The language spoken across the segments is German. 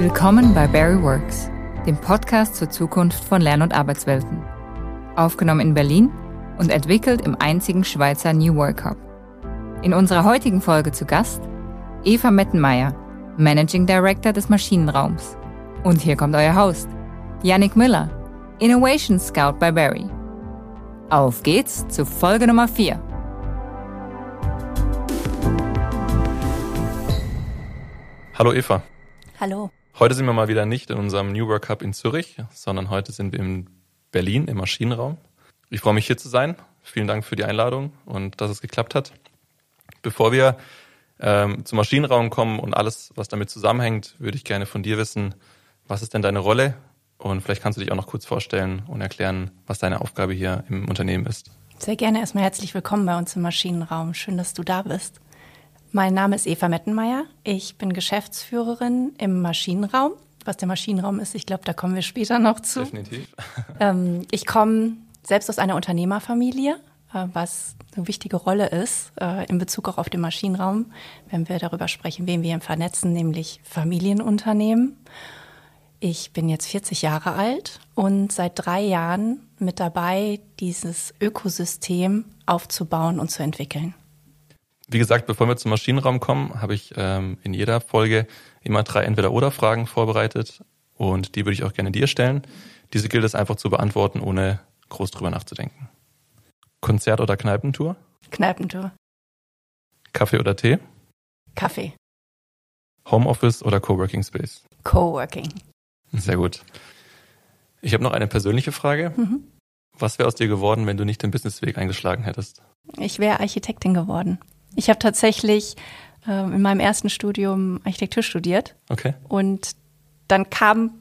Willkommen bei Barry Works, dem Podcast zur Zukunft von Lern- und Arbeitswelten. Aufgenommen in Berlin und entwickelt im einzigen Schweizer New Work Hub. In unserer heutigen Folge zu Gast Eva Mettenmeier, Managing Director des Maschinenraums. Und hier kommt euer Host, Yannick Müller, Innovation Scout bei Barry. Auf geht's zu Folge Nummer 4. Hallo Eva. Hallo. Heute sind wir mal wieder nicht in unserem New Work Hub in Zürich, sondern heute sind wir in Berlin im Maschinenraum. Ich freue mich, hier zu sein. Vielen Dank für die Einladung und dass es geklappt hat. Bevor wir zum Maschinenraum kommen und alles, was damit zusammenhängt, würde ich gerne von dir wissen, was ist denn deine Rolle? Und vielleicht kannst du dich auch noch kurz vorstellen und erklären, was deine Aufgabe hier im Unternehmen ist. Sehr gerne. Erstmal herzlich willkommen bei uns im Maschinenraum. Schön, dass du da bist. Mein Name ist Eva Mettenmeier. Ich bin Geschäftsführerin im Maschinenraum. Was der Maschinenraum ist, ich glaube, da kommen wir später noch zu. Definitiv. Ich komme selbst aus einer Unternehmerfamilie, was eine wichtige Rolle ist in Bezug auch auf den Maschinenraum, wenn wir darüber sprechen, wen wir vernetzen, nämlich Familienunternehmen. Ich bin jetzt 40 Jahre alt und seit 3 Jahren mit dabei, dieses Ökosystem aufzubauen und zu entwickeln. Wie gesagt, bevor wir zum Maschinenraum kommen, habe ich in jeder Folge immer 3 Entweder-oder-Fragen vorbereitet und die würde ich auch gerne dir stellen. Diese gilt es einfach zu beantworten, ohne groß drüber nachzudenken. Konzert- oder Kneipentour? Kneipentour. Kaffee oder Tee? Kaffee. Homeoffice oder Coworking Space? Coworking. Sehr gut. Ich habe noch eine persönliche Frage. Was wäre aus dir geworden, wenn du nicht den Businessweg eingeschlagen hättest? Ich wäre Architektin geworden. Ich habe tatsächlich in meinem ersten Studium Architektur studiert. Okay. Und dann kam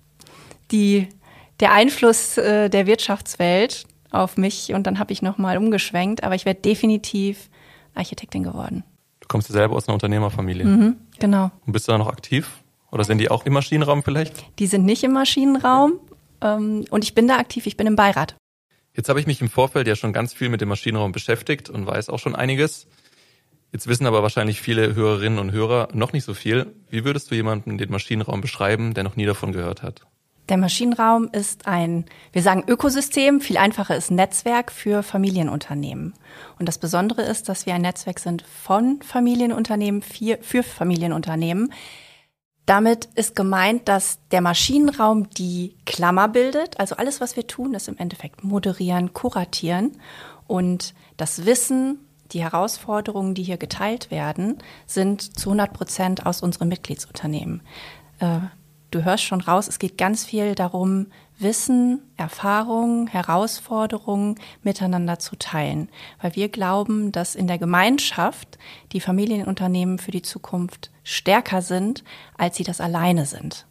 der Einfluss der Wirtschaftswelt auf mich und dann habe ich nochmal umgeschwenkt. Aber ich wäre definitiv Architektin geworden. Du kommst ja selber aus einer Unternehmerfamilie. Genau. Und bist du da noch aktiv? Oder sind die auch im Maschinenraum vielleicht? Die sind nicht im Maschinenraum und ich bin da aktiv, ich bin im Beirat. Jetzt habe ich mich im Vorfeld ja schon ganz viel mit dem Maschinenraum beschäftigt und weiß auch schon einiges. Jetzt wissen aber wahrscheinlich viele Hörerinnen und Hörer noch nicht so viel. Wie würdest du jemanden den Maschinenraum beschreiben, der noch nie davon gehört hat? Der Maschinenraum ist wir sagen Ökosystem, viel einfacher ist Netzwerk für Familienunternehmen. Und das Besondere ist, dass wir ein Netzwerk sind von Familienunternehmen für Familienunternehmen. Damit ist gemeint, dass der Maschinenraum die Klammer bildet. Also alles, was wir tun, ist im Endeffekt moderieren, kuratieren. Und das Wissen, die Herausforderungen, die hier geteilt werden, sind zu 100% aus unseren Mitgliedsunternehmen. Du hörst schon raus, es geht ganz viel darum, Wissen, Erfahrungen, Herausforderungen miteinander zu teilen. Weil wir glauben, dass in der Gemeinschaft die Familienunternehmen für die Zukunft stärker sind, als sie das alleine sind.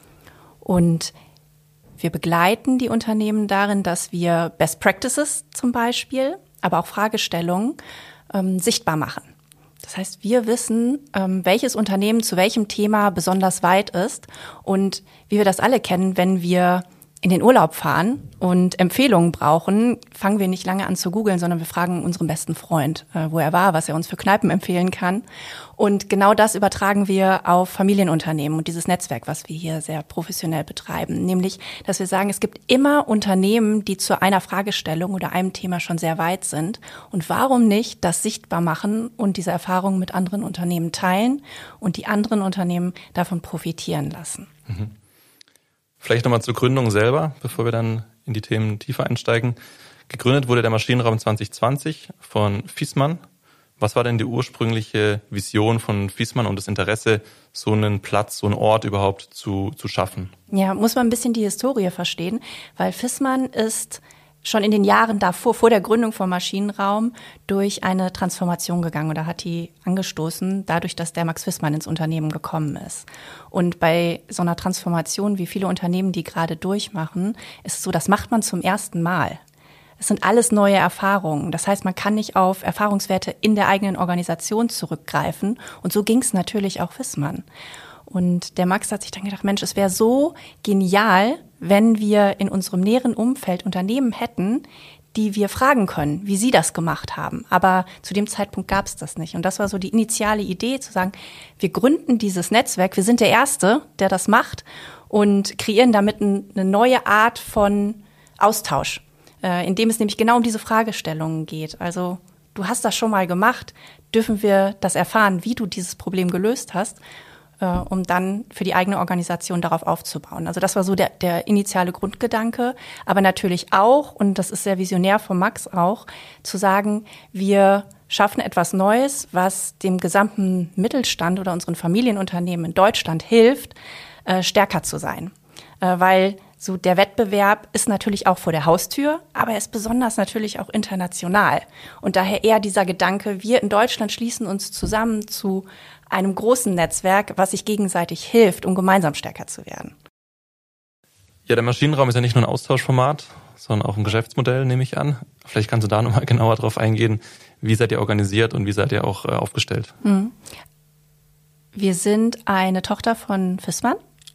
Und wir begleiten die Unternehmen darin, dass wir Best Practices zum Beispiel, aber auch Fragestellungen sichtbar machen. Das heißt, wir wissen, welches Unternehmen zu welchem Thema besonders weit ist. Und wie wir das alle kennen, wenn wir in den Urlaub fahren und Empfehlungen brauchen, fangen wir nicht lange an zu googeln, sondern wir fragen unseren besten Freund, wo er war, was er uns für Kneipen empfehlen kann. Und genau das übertragen wir auf Familienunternehmen und dieses Netzwerk, was wir hier sehr professionell betreiben. Nämlich, dass wir sagen, es gibt immer Unternehmen, die zu einer Fragestellung oder einem Thema schon sehr weit sind. Und warum nicht das sichtbar machen und diese Erfahrungen mit anderen Unternehmen teilen und die anderen Unternehmen davon profitieren lassen? Vielleicht nochmal zur Gründung selber, bevor wir dann in die Themen tiefer einsteigen. Gegründet wurde der Maschinenraum 2020 von Viessmann. Was war denn die ursprüngliche Vision von Viessmann und das Interesse, so einen Platz, so einen Ort überhaupt zu schaffen? Ja, muss man ein bisschen die Historie verstehen, weil Viessmann ist schon in den Jahren davor, vor der Gründung vom Maschinenraum, durch eine Transformation gegangen oder hat die angestoßen, dadurch, dass der Max Viessmann ins Unternehmen gekommen ist. Und bei so einer Transformation, wie viele Unternehmen die gerade durchmachen, ist es so, das macht man zum ersten Mal. Es sind alles neue Erfahrungen. Das heißt, man kann nicht auf Erfahrungswerte in der eigenen Organisation zurückgreifen. Und so ging es natürlich auch Viessmann. Und der Max hat sich dann gedacht, Mensch, es wäre so genial, wenn wir in unserem näheren Umfeld Unternehmen hätten, die wir fragen können, wie sie das gemacht haben. Aber zu dem Zeitpunkt gab es das nicht. Und das war so die initiale Idee, zu sagen, wir gründen dieses Netzwerk, wir sind der Erste, der das macht und kreieren damit eine neue Art von Austausch, in dem es nämlich genau um diese Fragestellungen geht. Also du hast das schon mal gemacht, dürfen wir das erfahren, wie du dieses Problem gelöst hast, um dann für die eigene Organisation darauf aufzubauen. Also das war so der initiale Grundgedanke, aber natürlich auch, und das ist sehr visionär von Max auch, zu sagen, wir schaffen etwas Neues, was dem gesamten Mittelstand oder unseren Familienunternehmen in Deutschland hilft, stärker zu sein. Weil so der Wettbewerb ist natürlich auch vor der Haustür, aber er ist besonders natürlich auch international. Und daher eher dieser Gedanke, wir in Deutschland schließen uns zusammen zu einem großen Netzwerk, was sich gegenseitig hilft, um gemeinsam stärker zu werden. Ja, der Maschinenraum ist ja nicht nur ein Austauschformat, sondern auch ein Geschäftsmodell, nehme ich an. Vielleicht kannst du da nochmal genauer drauf eingehen. Wie seid ihr organisiert und wie seid ihr auch aufgestellt? Wir sind eine Tochter von Viessmann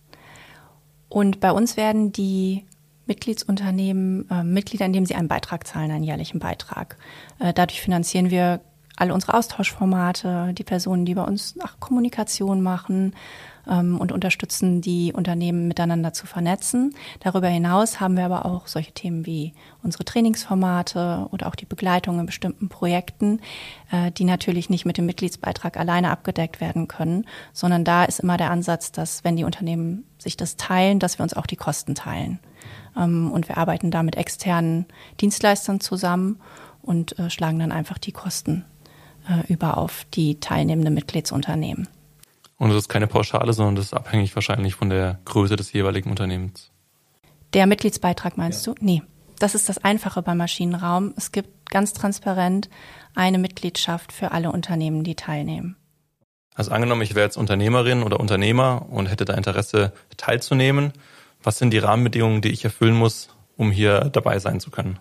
und bei uns werden die Mitgliedsunternehmen Mitglieder, indem sie einen Beitrag zahlen, einen jährlichen Beitrag. Dadurch finanzieren wir alle unsere Austauschformate, die Personen, die bei uns Kommunikation machen und unterstützen die Unternehmen miteinander zu vernetzen. Darüber hinaus haben wir aber auch solche Themen wie unsere Trainingsformate oder auch die Begleitung in bestimmten Projekten, die natürlich nicht mit dem Mitgliedsbeitrag alleine abgedeckt werden können, sondern da ist immer der Ansatz, dass wenn die Unternehmen sich das teilen, dass wir uns auch die Kosten teilen. Und wir arbeiten da mit externen Dienstleistern zusammen und schlagen dann einfach die Kosten über auf die teilnehmenden Mitgliedsunternehmen. Und das ist keine Pauschale, sondern das ist abhängig wahrscheinlich von der Größe des jeweiligen Unternehmens. Der Mitgliedsbeitrag meinst du? Nee, das ist das Einfache beim Maschinenraum. Es gibt ganz transparent eine Mitgliedschaft für alle Unternehmen, die teilnehmen. Also angenommen, ich wäre jetzt Unternehmerin oder Unternehmer und hätte da Interesse teilzunehmen. Was sind die Rahmenbedingungen, die ich erfüllen muss, um hier dabei sein zu können?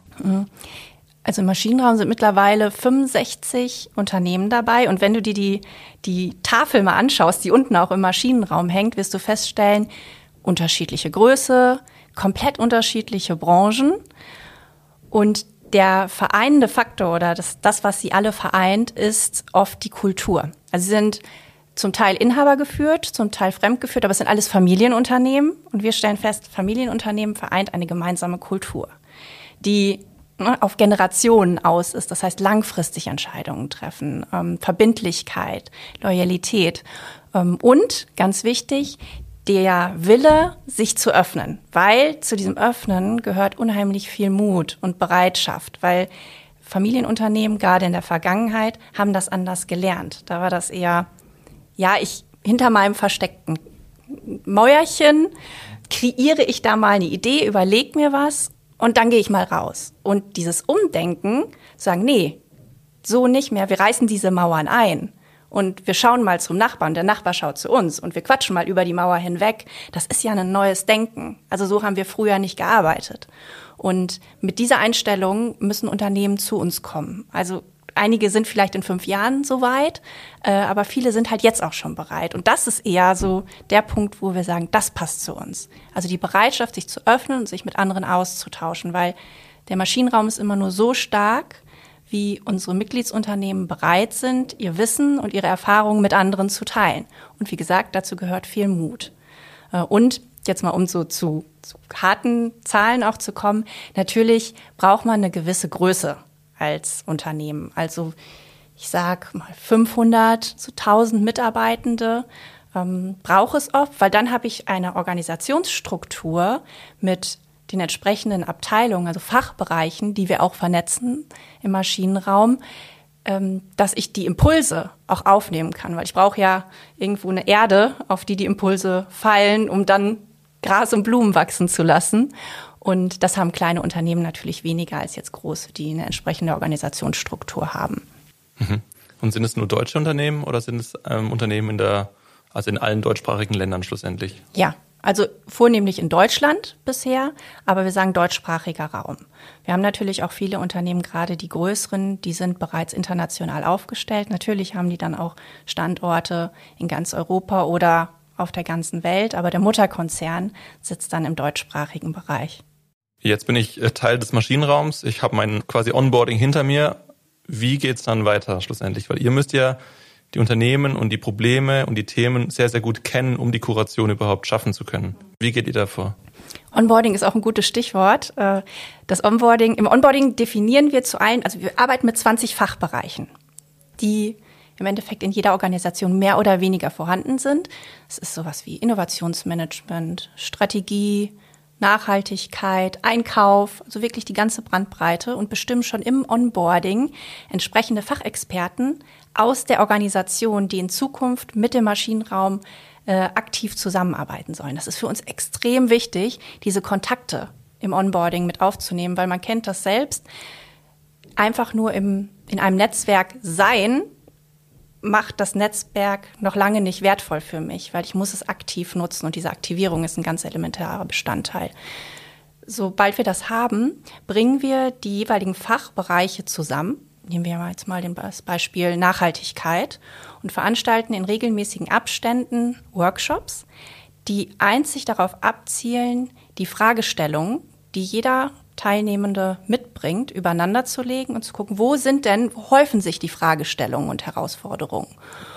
Also im Maschinenraum sind mittlerweile 65 Unternehmen dabei. Und wenn du dir die Tafel mal anschaust, die unten auch im Maschinenraum hängt, wirst du feststellen, unterschiedliche Größe, komplett unterschiedliche Branchen. Und der vereinende Faktor oder das, was sie alle vereint, ist oft die Kultur. Also sie sind zum Teil Inhaber geführt, zum Teil fremdgeführt, aber es sind alles Familienunternehmen. Und wir stellen fest, Familienunternehmen vereint eine gemeinsame Kultur, die auf Generationen aus ist. Das heißt, langfristig Entscheidungen treffen, Verbindlichkeit, Loyalität und, ganz wichtig, der Wille, sich zu öffnen. Weil zu diesem Öffnen gehört unheimlich viel Mut und Bereitschaft, weil Familienunternehmen, gerade in der Vergangenheit, haben das anders gelernt. Da war das eher, hinter meinem versteckten Mäuerchen kreiere ich da mal eine Idee, überlege mir was und dann gehe ich mal raus. Und dieses Umdenken, sagen, nee, so nicht mehr, wir reißen diese Mauern ein und wir schauen mal zum Nachbarn, der Nachbar schaut zu uns und wir quatschen mal über die Mauer hinweg, das ist ja ein neues Denken. Also so haben wir früher nicht gearbeitet. Und mit dieser Einstellung müssen Unternehmen zu uns kommen. Also einige sind vielleicht in 5 Jahren soweit, aber viele sind halt jetzt auch schon bereit. Und das ist eher so der Punkt, wo wir sagen, das passt zu uns. Also die Bereitschaft, sich zu öffnen und sich mit anderen auszutauschen, weil der Maschinenraum ist immer nur so stark, wie unsere Mitgliedsunternehmen bereit sind, ihr Wissen und ihre Erfahrungen mit anderen zu teilen. Und wie gesagt, dazu gehört viel Mut. Und jetzt mal um so zu harten Zahlen auch zu kommen, natürlich braucht man eine gewisse Größe als Unternehmen. Also ich sag mal 500, so 1000 Mitarbeitende brauche es oft, weil dann habe ich eine Organisationsstruktur mit den entsprechenden Abteilungen, also Fachbereichen, die wir auch vernetzen im Maschinenraum, dass ich die Impulse auch aufnehmen kann. Weil ich brauche ja irgendwo eine Erde, auf die Impulse fallen, um dann Gras und Blumen wachsen zu lassen. Und das haben kleine Unternehmen natürlich weniger als jetzt große, die eine entsprechende Organisationsstruktur haben. Und sind es nur deutsche Unternehmen oder sind es Unternehmen in allen deutschsprachigen Ländern schlussendlich? Ja, also vornehmlich in Deutschland bisher, aber wir sagen deutschsprachiger Raum. Wir haben natürlich auch viele Unternehmen, gerade die größeren, die sind bereits international aufgestellt. Natürlich haben die dann auch Standorte in ganz Europa oder auf der ganzen Welt, aber der Mutterkonzern sitzt dann im deutschsprachigen Bereich. Jetzt bin ich Teil des Maschinenraums. Ich habe mein quasi Onboarding hinter mir. Wie geht's dann weiter schlussendlich? Weil ihr müsst ja die Unternehmen und die Probleme und die Themen sehr, sehr gut kennen, um die Kuration überhaupt schaffen zu können. Wie geht ihr da vor? Onboarding ist auch ein gutes Stichwort. Im Onboarding definieren wir wir arbeiten mit 20 Fachbereichen, die im Endeffekt in jeder Organisation mehr oder weniger vorhanden sind. Es ist sowas wie Innovationsmanagement, Strategie, Nachhaltigkeit, Einkauf, also wirklich die ganze Bandbreite und bestimmen schon im Onboarding entsprechende Fachexperten aus der Organisation, die in Zukunft mit dem Maschinenraum aktiv zusammenarbeiten sollen. Das ist für uns extrem wichtig, diese Kontakte im Onboarding mit aufzunehmen, weil man kennt das selbst. Einfach nur in einem Netzwerk sein, macht das Netzwerk noch lange nicht wertvoll für mich, weil ich muss es aktiv nutzen und diese Aktivierung ist ein ganz elementarer Bestandteil. Sobald wir das haben, bringen wir die jeweiligen Fachbereiche zusammen. Nehmen wir jetzt mal das Beispiel Nachhaltigkeit und veranstalten in regelmäßigen Abständen Workshops, die einzig darauf abzielen, die Fragestellungen, die jeder Teilnehmende mitbringt, übereinander zu legen und zu gucken, wo häufen sich die Fragestellungen und Herausforderungen.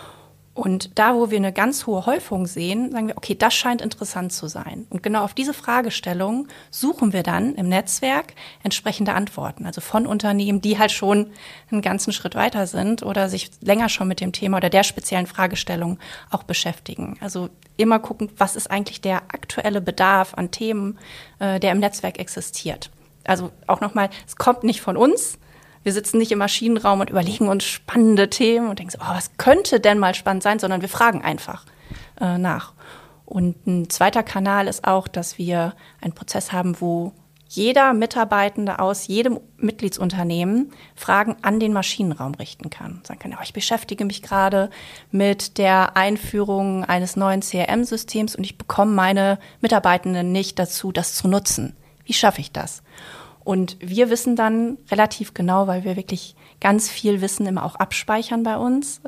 Und da, wo wir eine ganz hohe Häufung sehen, sagen wir, okay, das scheint interessant zu sein. Und genau auf diese Fragestellung suchen wir dann im Netzwerk entsprechende Antworten. Also von Unternehmen, die halt schon einen ganzen Schritt weiter sind oder sich länger schon mit dem Thema oder der speziellen Fragestellung auch beschäftigen. Also immer gucken, was ist eigentlich der aktuelle Bedarf an Themen, der im Netzwerk existiert. Also auch nochmal, es kommt nicht von uns. Wir sitzen nicht im Maschinenraum und überlegen uns spannende Themen und denken so, was könnte denn mal spannend sein, sondern wir fragen einfach nach. Und ein zweiter Kanal ist auch, dass wir einen Prozess haben, wo jeder Mitarbeitende aus jedem Mitgliedsunternehmen Fragen an den Maschinenraum richten kann. Sagen kann, ich beschäftige mich gerade mit der Einführung eines neuen CRM-Systems und ich bekomme meine Mitarbeitenden nicht dazu, das zu nutzen. Wie schaffe ich das? Und wir wissen dann relativ genau, weil wir wirklich ganz viel Wissen immer auch abspeichern bei uns,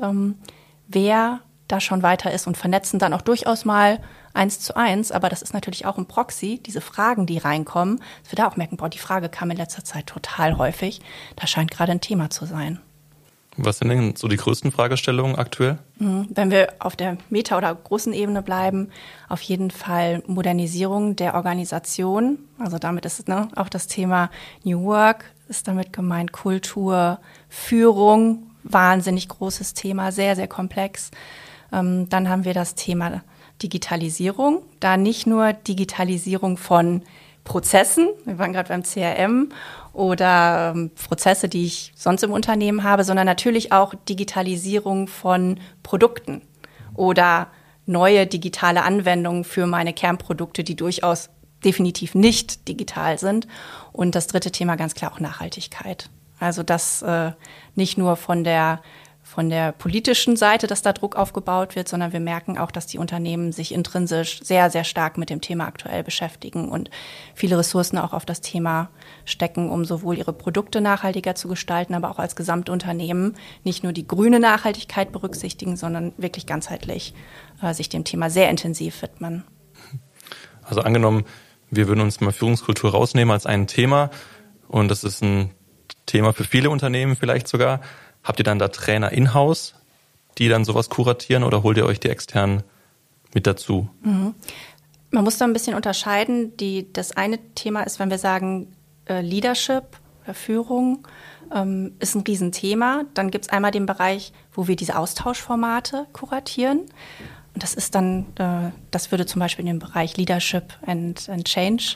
wer da schon weiter ist und vernetzen dann auch durchaus mal 1:1. Aber das ist natürlich auch ein Proxy, diese Fragen, die reinkommen, dass wir da auch merken, die Frage kam in letzter Zeit total häufig. Da scheint gerade ein Thema zu sein. Was sind denn so die größten Fragestellungen aktuell? Wenn wir auf der Meta- oder großen Ebene bleiben, auf jeden Fall Modernisierung der Organisation. Also damit ist auch das Thema New Work, ist damit gemeint, Kultur, Führung, wahnsinnig großes Thema, sehr, sehr komplex. Dann haben wir das Thema Digitalisierung. Da nicht nur Digitalisierung von Prozessen, wir waren gerade beim CRM, oder Prozesse, die ich sonst im Unternehmen habe, sondern natürlich auch Digitalisierung von Produkten oder neue digitale Anwendungen für meine Kernprodukte, die durchaus definitiv nicht digital sind. Und das dritte Thema ganz klar auch Nachhaltigkeit. Also das nicht nur von der politischen Seite, dass da Druck aufgebaut wird, sondern wir merken auch, dass die Unternehmen sich intrinsisch sehr, sehr stark mit dem Thema aktuell beschäftigen und viele Ressourcen auch auf das Thema stecken, um sowohl ihre Produkte nachhaltiger zu gestalten, aber auch als Gesamtunternehmen nicht nur die grüne Nachhaltigkeit berücksichtigen, sondern wirklich ganzheitlich sich dem Thema sehr intensiv widmen. Also angenommen, wir würden uns mal Führungskultur rausnehmen als ein Thema und das ist ein Thema für viele Unternehmen vielleicht sogar. Habt ihr dann da Trainer in-house, die dann sowas kuratieren oder holt ihr euch die externen mit dazu? Man muss da ein bisschen unterscheiden. Das eine Thema ist, wenn wir sagen Leadership, Führung, ist ein Riesenthema. Dann gibt es einmal den Bereich, wo wir diese Austauschformate kuratieren. Und das ist dann, das würde zum Beispiel in den Bereich Leadership and Change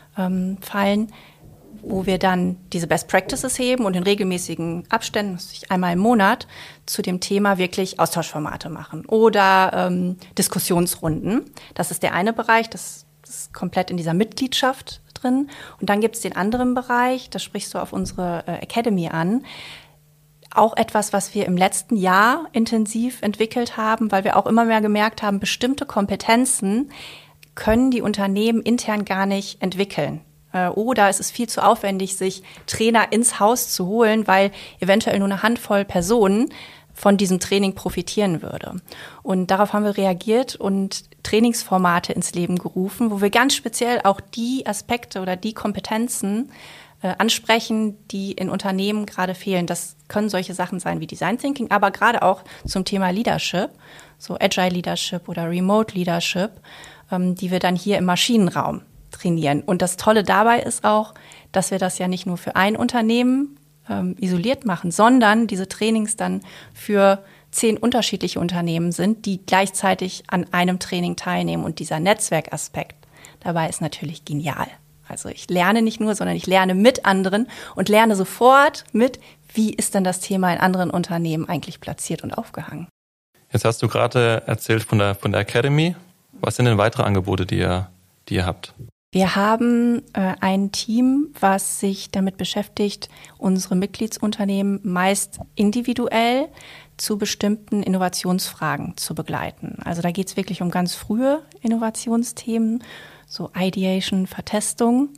fallen, wo wir dann diese Best Practices heben und in regelmäßigen Abständen, einmal im Monat, zu dem Thema wirklich Austauschformate machen oder Diskussionsrunden. Das ist der eine Bereich, das ist komplett in dieser Mitgliedschaft drin. Und dann gibt es den anderen Bereich, da sprichst du auf unsere Academy an, auch etwas, was wir im letzten Jahr intensiv entwickelt haben, weil wir auch immer mehr gemerkt haben, bestimmte Kompetenzen können die Unternehmen intern gar nicht entwickeln. Oder es ist viel zu aufwendig, sich Trainer ins Haus zu holen, weil eventuell nur eine Handvoll Personen von diesem Training profitieren würde. Und darauf haben wir reagiert und Trainingsformate ins Leben gerufen, wo wir ganz speziell auch die Aspekte oder die Kompetenzen ansprechen, die in Unternehmen gerade fehlen. Das können solche Sachen sein wie Design Thinking, aber gerade auch zum Thema Leadership, so Agile Leadership oder Remote Leadership, die wir dann hier im Maschinenraum trainieren. Und das Tolle dabei ist auch, dass wir das ja nicht nur für ein Unternehmen isoliert machen, sondern diese Trainings dann für 10 unterschiedliche Unternehmen sind, die gleichzeitig an einem Training teilnehmen. Und dieser Netzwerkaspekt dabei ist natürlich genial. Also ich lerne nicht nur, sondern ich lerne mit anderen und lerne sofort mit, wie ist denn das Thema in anderen Unternehmen eigentlich platziert und aufgehangen. Jetzt hast du gerade erzählt von der Academy. Was sind denn weitere Angebote, die ihr habt? Wir haben ein Team, was sich damit beschäftigt, unsere Mitgliedsunternehmen meist individuell zu bestimmten Innovationsfragen zu begleiten. Also da geht es wirklich um ganz frühe Innovationsthemen, so Ideation, Vertestung.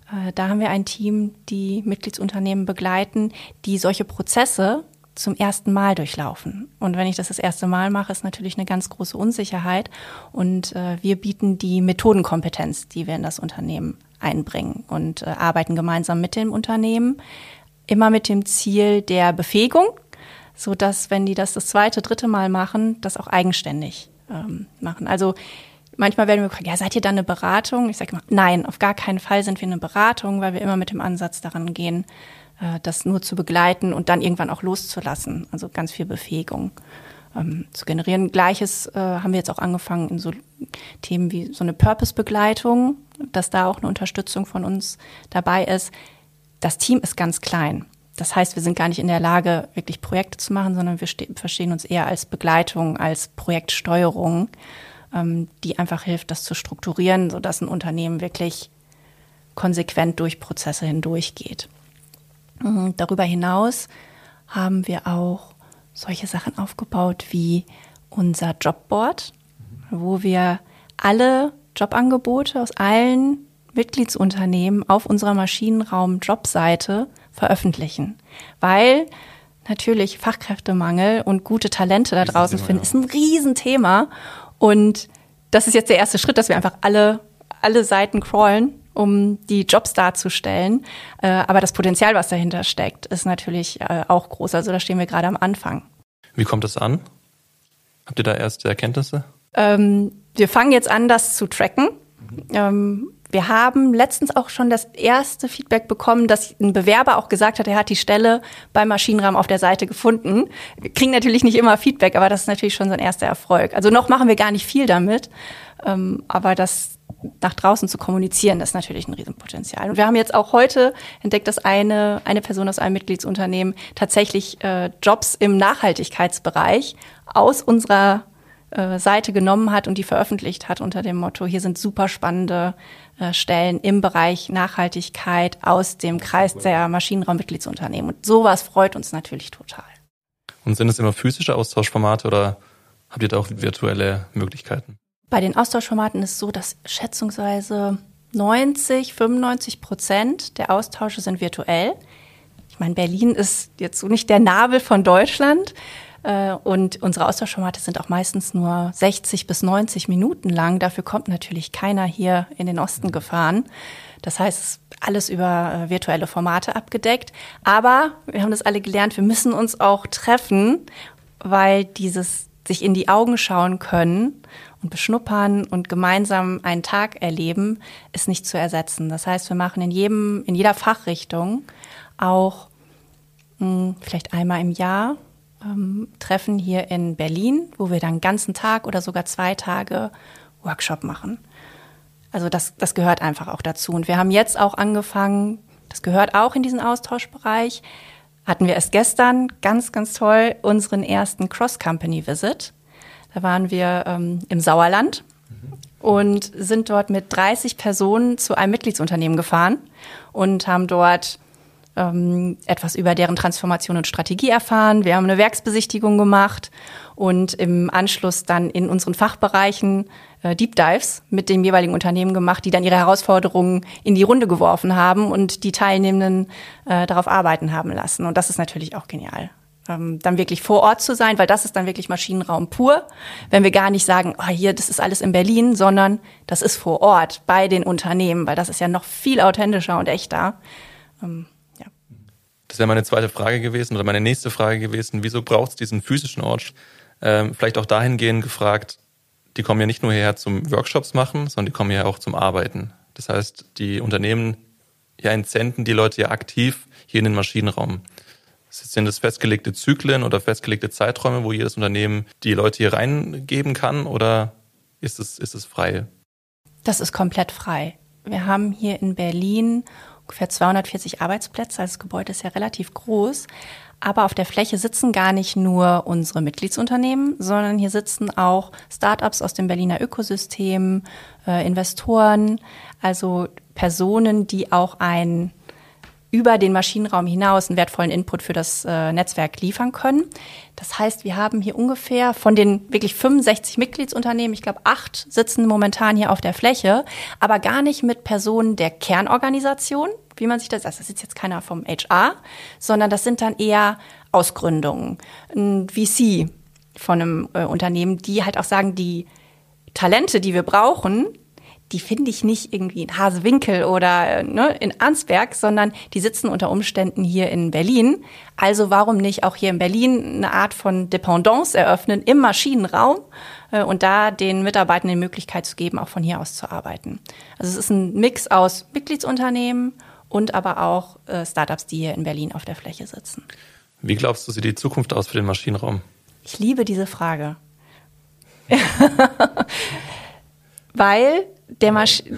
Da haben wir ein Team, die Mitgliedsunternehmen begleiten, die solche Prozesse zum ersten Mal durchlaufen. Und wenn ich das erste Mal mache, ist natürlich eine ganz große Unsicherheit. Und wir bieten die Methodenkompetenz, die wir in das Unternehmen einbringen und arbeiten gemeinsam mit dem Unternehmen, immer mit dem Ziel der Befähigung, sodass, wenn die das zweite, dritte Mal machen, das auch eigenständig machen. Also manchmal werden wir gefragt, ja, seid ihr dann eine Beratung? Ich sage immer, nein, auf gar keinen Fall sind wir eine Beratung, weil wir immer mit dem Ansatz daran gehen, das nur zu begleiten und dann irgendwann auch loszulassen. Also ganz viel Befähigung zu generieren. Gleiches haben wir jetzt auch angefangen in so Themen wie so eine Purpose-Begleitung, dass da auch eine Unterstützung von uns dabei ist. Das Team ist ganz klein. Das heißt, wir sind gar nicht in der Lage, wirklich Projekte zu machen, sondern wir verstehen uns eher als Begleitung, als Projektsteuerung, die einfach hilft, das zu strukturieren, sodass ein Unternehmen wirklich konsequent durch Prozesse hindurchgeht. Darüber hinaus haben wir auch solche Sachen aufgebaut wie unser Jobboard, wo wir alle Jobangebote aus allen Mitgliedsunternehmen auf unserer Maschinenraum-Jobseite veröffentlichen. Weil natürlich Fachkräftemangel und gute Talente da draußen finden, ist ein Riesenthema. Und das ist jetzt der erste Schritt, dass wir einfach alle Seiten crawlen, um die Jobs darzustellen. Aber das Potenzial, was dahinter steckt, ist natürlich auch groß. Also da stehen wir gerade am Anfang. Wie kommt das an? Habt ihr da erste Erkenntnisse? Wir fangen jetzt an, das zu tracken. Wir haben letztens auch schon das erste Feedback bekommen, dass ein Bewerber auch gesagt hat, er hat die Stelle beim Maschinenraum auf der Seite gefunden. Wir kriegen natürlich nicht immer Feedback, aber das ist natürlich schon so ein erster Erfolg. Also noch machen wir gar nicht viel damit, aber das nach draußen zu kommunizieren, das ist natürlich ein Riesenpotenzial. Und wir haben jetzt auch heute entdeckt, dass eine Person aus einem Mitgliedsunternehmen tatsächlich Jobs im Nachhaltigkeitsbereich aus unserer Seite genommen hat und die veröffentlicht hat unter dem Motto, hier sind super spannende Stellen im Bereich Nachhaltigkeit aus dem Kreis der Maschinenraum-Mitgliedsunternehmen. Und sowas freut uns natürlich total. Und sind es immer physische Austauschformate oder habt ihr da auch virtuelle Möglichkeiten? Bei den Austauschformaten ist es so, dass schätzungsweise 95% der Austausche sind virtuell. Ich meine, Berlin ist jetzt so nicht der Nabel von Deutschland. Und unsere Austauschformate sind auch meistens nur 60 bis 90 Minuten lang. Dafür kommt natürlich keiner hier in den Osten gefahren. Das heißt, alles über virtuelle Formate abgedeckt. Aber wir haben das alle gelernt, wir müssen uns auch treffen, weil dieses sich in die Augen schauen können und beschnuppern und gemeinsam einen Tag erleben, ist nicht zu ersetzen. Das heißt, wir machen in jeder Fachrichtung auch vielleicht einmal im Jahr Treffen hier in Berlin, wo wir dann einen ganzen Tag oder sogar 2 Tage Workshop machen. Also das gehört einfach auch dazu. Und wir haben jetzt auch angefangen, das gehört auch in diesen Austauschbereich, hatten wir erst gestern, ganz, ganz toll, unseren ersten Cross-Company-Visit. Da waren wir im Sauerland und sind dort mit 30 Personen zu einem Mitgliedsunternehmen gefahren und haben dort etwas über deren Transformation und Strategie erfahren. Wir haben eine Werksbesichtigung gemacht und im Anschluss dann in unseren Fachbereichen Deep Dives mit den jeweiligen Unternehmen gemacht, die dann ihre Herausforderungen in die Runde geworfen haben und die Teilnehmenden darauf arbeiten haben lassen. Und das ist natürlich auch genial. dann wirklich vor Ort zu sein, weil das ist dann wirklich Maschinenraum pur. Wenn wir gar nicht sagen, hier, das ist alles in Berlin, sondern das ist vor Ort bei den Unternehmen, weil das ist ja noch viel authentischer und echter. Das wäre meine zweite Frage gewesen oder meine nächste Frage gewesen. Wieso braucht es diesen physischen Ort? Vielleicht auch dahingehend gefragt, die kommen ja nicht nur hierher zum Workshops machen, sondern die kommen ja auch zum Arbeiten. Das heißt, die Unternehmen entsenden die Leute ja aktiv hier in den Maschinenraum. Sind das festgelegte Zyklen oder festgelegte Zeiträume, wo jedes Unternehmen die Leute hier reingeben kann, oder ist es frei? Das ist komplett frei. Wir haben hier in Berlin ungefähr 240 Arbeitsplätze, also das Gebäude ist ja relativ groß. Aber auf der Fläche sitzen gar nicht nur unsere Mitgliedsunternehmen, sondern hier sitzen auch Startups aus dem Berliner Ökosystem, Investoren, also Personen, die auch über den Maschinenraum hinaus einen wertvollen Input für das Netzwerk liefern können. Das heißt, wir haben hier ungefähr von den wirklich 65 Mitgliedsunternehmen, ich glaube 8 sitzen momentan hier auf der Fläche, aber gar nicht mit Personen der Kernorganisation, wie man sich das ist jetzt keiner vom HR, sondern das sind dann eher Ausgründungen, ein VC von einem Unternehmen, die halt auch sagen, die Talente, die wir brauchen, die finde ich nicht irgendwie in Hasewinkel oder in Arnsberg, sondern die sitzen unter Umständen hier in Berlin. Also warum nicht auch hier in Berlin eine Art von Dependance eröffnen im Maschinenraum und da den Mitarbeitern die Möglichkeit zu geben, auch von hier aus zu arbeiten. Also es ist ein Mix aus Mitgliedsunternehmen und aber auch Startups, die hier in Berlin auf der Fläche sitzen. Wie glaubst du, sieht die Zukunft aus für den Maschinenraum? Ich liebe diese Frage. Weil der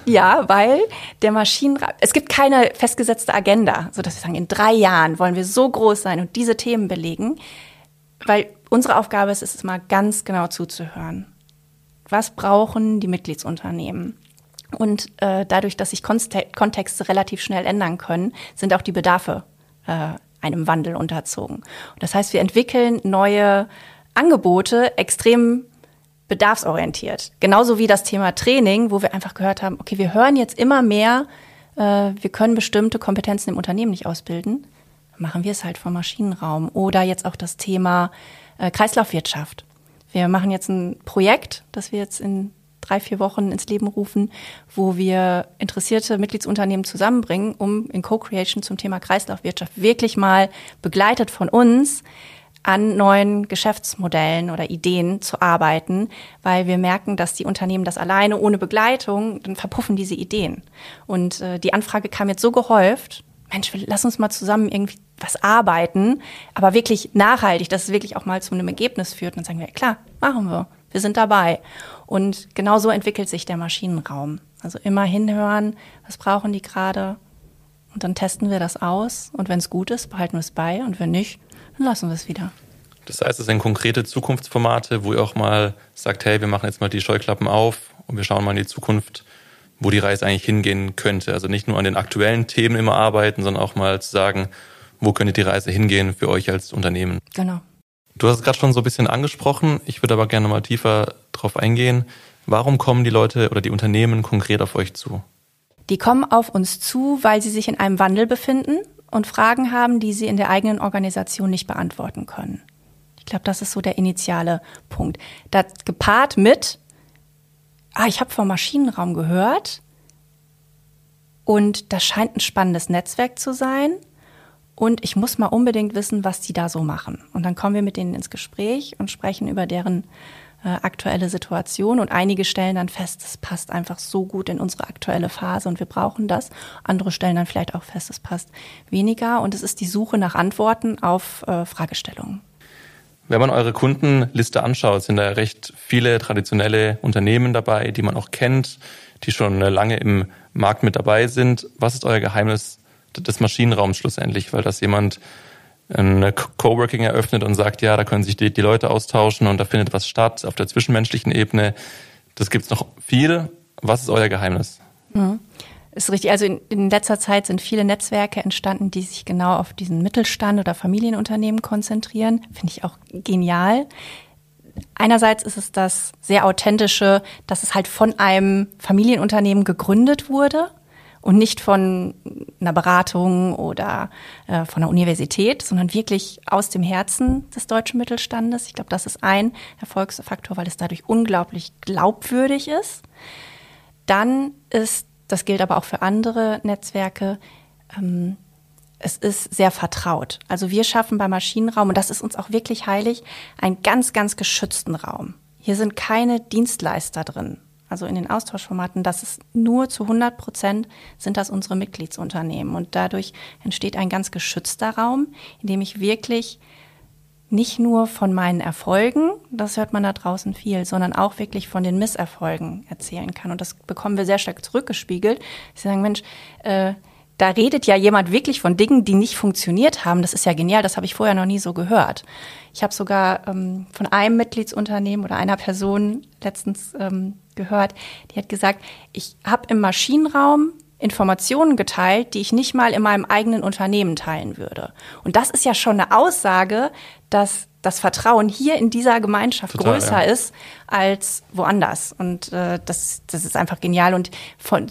Maschinenraum, es gibt keine festgesetzte Agenda, sodass wir sagen, in 3 Jahren wollen wir so groß sein und diese Themen belegen, weil unsere Aufgabe ist es mal ganz genau zuzuhören. Was brauchen die Mitgliedsunternehmen? Und dadurch, dass sich Kontexte relativ schnell ändern können, sind auch die Bedarfe einem Wandel unterzogen. Und das heißt, wir entwickeln neue Angebote extrem bedarfsorientiert. Genauso wie das Thema Training, wo wir einfach gehört haben, okay, wir hören jetzt immer mehr, wir können bestimmte Kompetenzen im Unternehmen nicht ausbilden, machen wir es halt vom Maschinenraum. Oder jetzt auch das Thema Kreislaufwirtschaft. Wir machen jetzt ein Projekt, das wir jetzt in 3-4 Wochen ins Leben rufen, wo wir interessierte Mitgliedsunternehmen zusammenbringen, um in Co-Creation zum Thema Kreislaufwirtschaft wirklich mal begleitet von uns an neuen Geschäftsmodellen oder Ideen zu arbeiten, weil wir merken, dass die Unternehmen das alleine ohne Begleitung, dann verpuffen diese Ideen. Und die Anfrage kam jetzt so gehäuft, Mensch, lass uns mal zusammen irgendwie was arbeiten, aber wirklich nachhaltig, dass es wirklich auch mal zu einem Ergebnis führt. Und dann sagen wir, klar, machen wir sind dabei. Und genau so entwickelt sich der Maschinenraum. Also immer hinhören, was brauchen die gerade? Und dann testen wir das aus. Und wenn es gut ist, behalten wir es bei. Und wenn nicht, dann lassen wir es wieder. Das heißt, es sind konkrete Zukunftsformate, wo ihr auch mal sagt, hey, wir machen jetzt mal die Scheuklappen auf und wir schauen mal in die Zukunft, wo die Reise eigentlich hingehen könnte. Also nicht nur an den aktuellen Themen immer arbeiten, sondern auch mal zu sagen, wo könnte die Reise hingehen für euch als Unternehmen. Genau. Du hast es gerade schon so ein bisschen angesprochen. Ich würde aber gerne mal tiefer drauf eingehen. Warum kommen die Leute oder die Unternehmen konkret auf euch zu? Die kommen auf uns zu, weil sie sich in einem Wandel befinden und Fragen haben, die sie in der eigenen Organisation nicht beantworten können. Ich glaube, das ist so der initiale Punkt. Das gepaart mit, ich habe vom Maschinenraum gehört und das scheint ein spannendes Netzwerk zu sein und ich muss mal unbedingt wissen, was die da so machen. Und dann kommen wir mit denen ins Gespräch und sprechen über deren aktuelle Situation und einige stellen dann fest, es passt einfach so gut in unsere aktuelle Phase und wir brauchen das. Andere stellen dann vielleicht auch fest, es passt weniger und es ist die Suche nach Antworten auf Fragestellungen. Wenn man eure Kundenliste anschaut, sind da recht viele traditionelle Unternehmen dabei, die man auch kennt, die schon lange im Markt mit dabei sind. Was ist euer Geheimnis des Maschinenraums schlussendlich? Weil das jemand ein Coworking eröffnet und sagt, ja, da können sich die Leute austauschen und da findet was statt auf der zwischenmenschlichen Ebene. Das gibt's noch viel. Was ist euer Geheimnis? Ist richtig. Also in letzter Zeit sind viele Netzwerke entstanden, die sich genau auf diesen Mittelstand oder Familienunternehmen konzentrieren. Finde ich auch genial. Einerseits ist es das sehr authentische, dass es halt von einem Familienunternehmen gegründet wurde und nicht von einer Beratung oder von einer Universität, sondern wirklich aus dem Herzen des deutschen Mittelstandes. Ich glaube, das ist ein Erfolgsfaktor, weil es dadurch unglaublich glaubwürdig ist. Dann ist, das gilt aber auch für andere Netzwerke, es ist sehr vertraut. Also wir schaffen beim Maschinenraum, und das ist uns auch wirklich heilig, einen ganz, ganz geschützten Raum. Hier sind keine Dienstleister drin. Also in den Austauschformaten, das ist nur zu 100% sind das unsere Mitgliedsunternehmen. Und dadurch entsteht ein ganz geschützter Raum, in dem ich wirklich nicht nur von meinen Erfolgen, das hört man da draußen viel, sondern auch wirklich von den Misserfolgen erzählen kann. Und das bekommen wir sehr stark zurückgespiegelt. Sie sagen, Mensch, da redet ja jemand wirklich von Dingen, die nicht funktioniert haben. Das ist ja genial, das habe ich vorher noch nie so gehört. Ich habe sogar von einem Mitgliedsunternehmen oder einer Person letztens gehört, die hat gesagt, ich habe im Maschinenraum Informationen geteilt, die ich nicht mal in meinem eigenen Unternehmen teilen würde. Und das ist ja schon eine Aussage, dass das Vertrauen hier in dieser Gemeinschaft größer ist als woanders. Und das ist einfach genial. Und von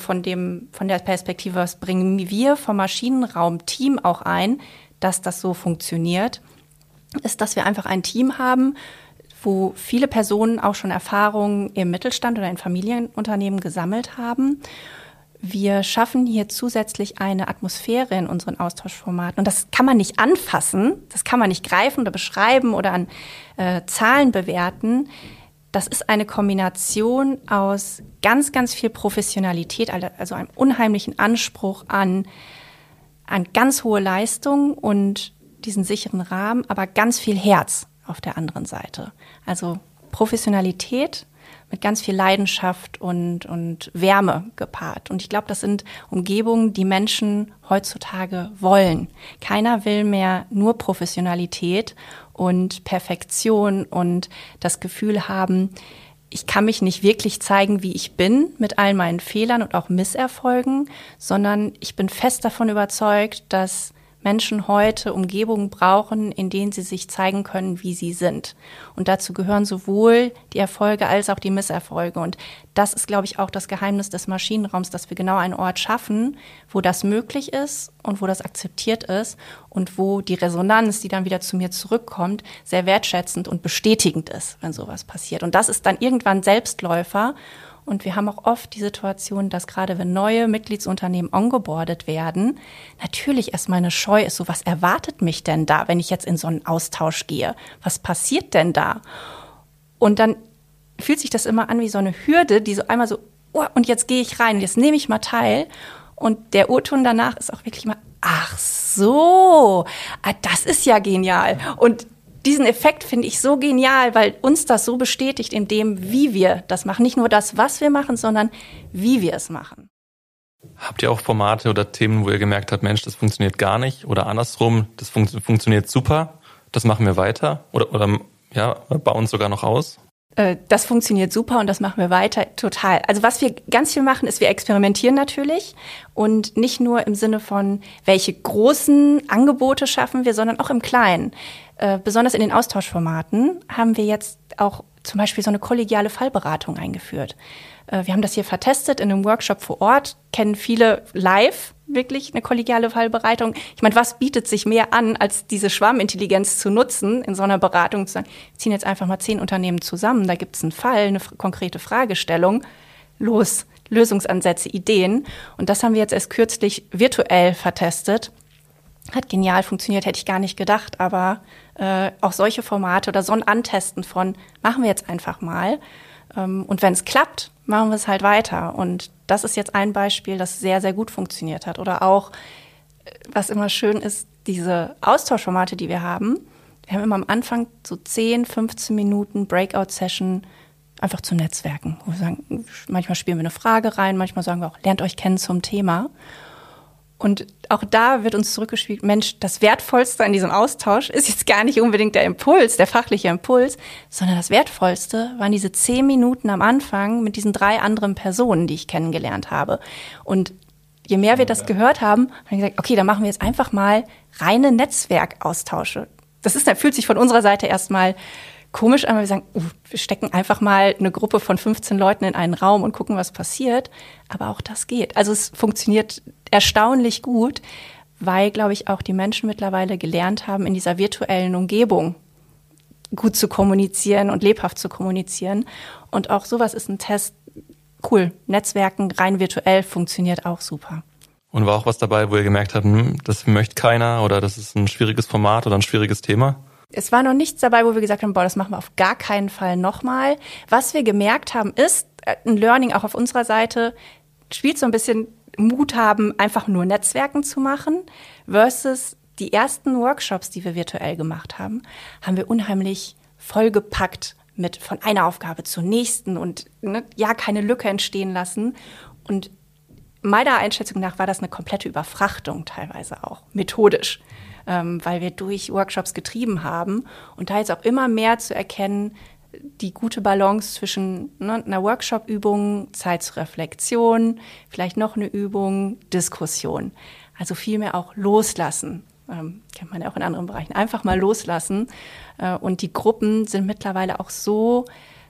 der Perspektive, was bringen wir vom Maschinenraum-Team auch ein, dass das so funktioniert, ist, dass wir einfach ein Team haben, wo viele Personen auch schon Erfahrungen im Mittelstand oder in Familienunternehmen gesammelt haben. Wir schaffen hier zusätzlich eine Atmosphäre in unseren Austauschformaten. Und das kann man nicht anfassen, das kann man nicht greifen oder beschreiben oder an Zahlen bewerten. Das ist eine Kombination aus ganz, ganz viel Professionalität, also einem unheimlichen Anspruch an ganz hohe Leistung und diesen sicheren Rahmen, aber ganz viel Herz auf der anderen Seite. Also Professionalität mit ganz viel Leidenschaft und Wärme gepaart. Und ich glaube, das sind Umgebungen, die Menschen heutzutage wollen. Keiner will mehr nur Professionalität und Perfektion und das Gefühl haben, ich kann mich nicht wirklich zeigen, wie ich bin, mit all meinen Fehlern und auch Misserfolgen, sondern ich bin fest davon überzeugt, dass Menschen heute Umgebungen brauchen, in denen sie sich zeigen können, wie sie sind. Und dazu gehören sowohl die Erfolge als auch die Misserfolge. Und das ist, glaube ich, auch das Geheimnis des Maschinenraums, dass wir genau einen Ort schaffen, wo das möglich ist und wo das akzeptiert ist und wo die Resonanz, die dann wieder zu mir zurückkommt, sehr wertschätzend und bestätigend ist, wenn sowas passiert. Und das ist dann irgendwann Selbstläufer. Und wir haben auch oft die Situation, dass gerade wenn neue Mitgliedsunternehmen ongeboardet werden, natürlich erstmal eine Scheu ist, so was erwartet mich denn da, wenn ich jetzt in so einen Austausch gehe? Was passiert denn da? Und dann fühlt sich das immer an wie so eine Hürde, die so einmal so, oh, und jetzt gehe ich rein und jetzt nehme ich mal teil. Und der O-Ton danach ist auch wirklich mal, ach so, das ist ja genial. Und diesen Effekt finde ich so genial, weil uns das so bestätigt in dem, wie wir das machen. Nicht nur das, was wir machen, sondern wie wir es machen. Habt ihr auch Formate oder Themen, wo ihr gemerkt habt, Mensch, das funktioniert gar nicht? Oder andersrum, das funktioniert super, das machen wir weiter? Oder bauen es sogar noch aus? Das funktioniert super und das machen wir weiter, total. Also was wir ganz viel machen, ist, wir experimentieren natürlich und nicht nur im Sinne von, welche großen Angebote schaffen wir, sondern auch im Kleinen. Besonders in den Austauschformaten haben wir jetzt auch zum Beispiel so eine kollegiale Fallberatung eingeführt. Wir haben das hier vertestet in einem Workshop vor Ort, kennen viele live wirklich eine kollegiale Fallberatung. Ich meine, was bietet sich mehr an, als diese Schwarmintelligenz zu nutzen in so einer Beratung, zu sagen, wir ziehen jetzt einfach mal 10 Unternehmen zusammen, da gibt es einen Fall, eine konkrete Fragestellung, los, Lösungsansätze, Ideen. Und das haben wir jetzt erst kürzlich virtuell vertestet. Hat genial funktioniert, hätte ich gar nicht gedacht, aber auch solche Formate oder so ein Antesten von, machen wir jetzt einfach mal. Und wenn es klappt, machen wir es halt weiter. Und das ist jetzt ein Beispiel, das sehr, sehr gut funktioniert hat. Oder auch, was immer schön ist, diese Austauschformate, die wir haben. Wir haben immer am Anfang so 10, 15 Minuten Breakout-Session einfach zu Netzwerken. Wo wir sagen, manchmal spielen wir eine Frage rein, manchmal sagen wir auch, lernt euch kennen zum Thema. Und auch da wird uns zurückgespielt, Mensch, das Wertvollste an diesem Austausch ist jetzt gar nicht unbedingt der Impuls, der fachliche Impuls, sondern das Wertvollste waren diese 10 Minuten am Anfang mit diesen 3 anderen Personen, die ich kennengelernt habe. Und je mehr wir das gehört haben, haben wir gesagt, okay, dann machen wir jetzt einfach mal reine Netzwerkaustausche. Das fühlt sich von unserer Seite erstmal komisch an, weil wir sagen, wir stecken einfach mal eine Gruppe von 15 Leuten in einen Raum und gucken, was passiert. Aber auch das geht. Also es funktioniert erstaunlich gut, weil, glaube ich, auch die Menschen mittlerweile gelernt haben, in dieser virtuellen Umgebung gut zu kommunizieren und lebhaft zu kommunizieren. Und auch sowas ist ein Test. Cool, Netzwerken rein virtuell funktioniert auch super. Und war auch was dabei, wo ihr gemerkt habt, das möchte keiner oder das ist ein schwieriges Format oder ein schwieriges Thema? Es war noch nichts dabei, wo wir gesagt haben, das machen wir auf gar keinen Fall nochmal. Was wir gemerkt haben, ist ein Learning auch auf unserer Seite, spielt so ein bisschen Mut haben, einfach nur Netzwerken zu machen, versus die ersten Workshops, die wir virtuell gemacht haben, haben wir unheimlich vollgepackt mit von einer Aufgabe zur nächsten und keine Lücke entstehen lassen. Und meiner Einschätzung nach war das eine komplette Überfrachtung teilweise auch, methodisch. Weil wir durch Workshops getrieben haben und da jetzt auch immer mehr zu erkennen, die gute Balance zwischen einer Workshop-Übung, Zeit zur Reflexion, vielleicht noch eine Übung, Diskussion. Also viel mehr auch loslassen. Kennt man ja auch in anderen Bereichen. Einfach mal loslassen. Und die Gruppen sind mittlerweile auch so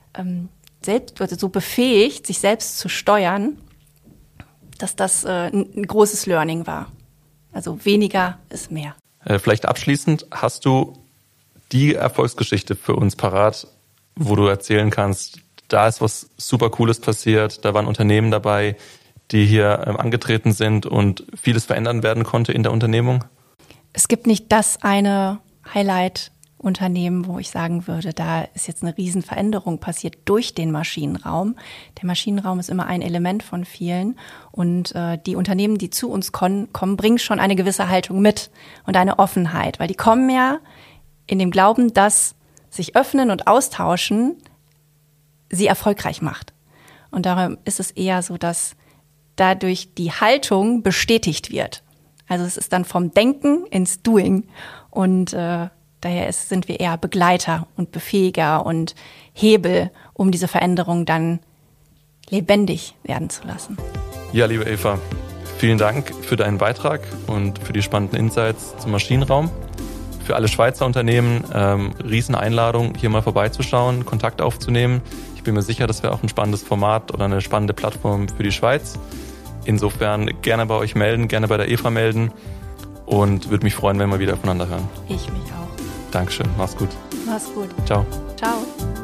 so befähigt, sich selbst zu steuern, dass das ein großes Learning war. Also weniger ist mehr. Vielleicht abschließend, hast du die Erfolgsgeschichte für uns parat, wo du erzählen kannst, da ist was super Cooles passiert, da waren Unternehmen dabei, die hier angetreten sind und vieles verändern werden konnte in der Unternehmung? Es gibt nicht das eine Highlight-Unternehmen, wo ich sagen würde, da ist jetzt eine Riesenveränderung passiert durch den Maschinenraum. Der Maschinenraum ist immer ein Element von vielen und die Unternehmen, die zu uns kommen, bringen schon eine gewisse Haltung mit und eine Offenheit, weil die kommen ja in dem Glauben, dass sich öffnen und austauschen sie erfolgreich macht. Und darum ist es eher so, dass dadurch die Haltung bestätigt wird. Also es ist dann vom Denken ins Doing und daher sind wir eher Begleiter und Befähiger und Hebel, um diese Veränderung dann lebendig werden zu lassen. Ja, liebe Eva, vielen Dank für deinen Beitrag und für die spannenden Insights zum Maschinenraum. Für alle Schweizer Unternehmen Rieseneinladung, hier mal vorbeizuschauen, Kontakt aufzunehmen. Ich bin mir sicher, das wäre auch ein spannendes Format oder eine spannende Plattform für die Schweiz. Insofern gerne bei euch melden, gerne bei der Eva melden und würde mich freuen, wenn wir wieder voneinander hören. Ich mich auch. Dankeschön, mach's gut. Mach's gut. Ciao. Ciao.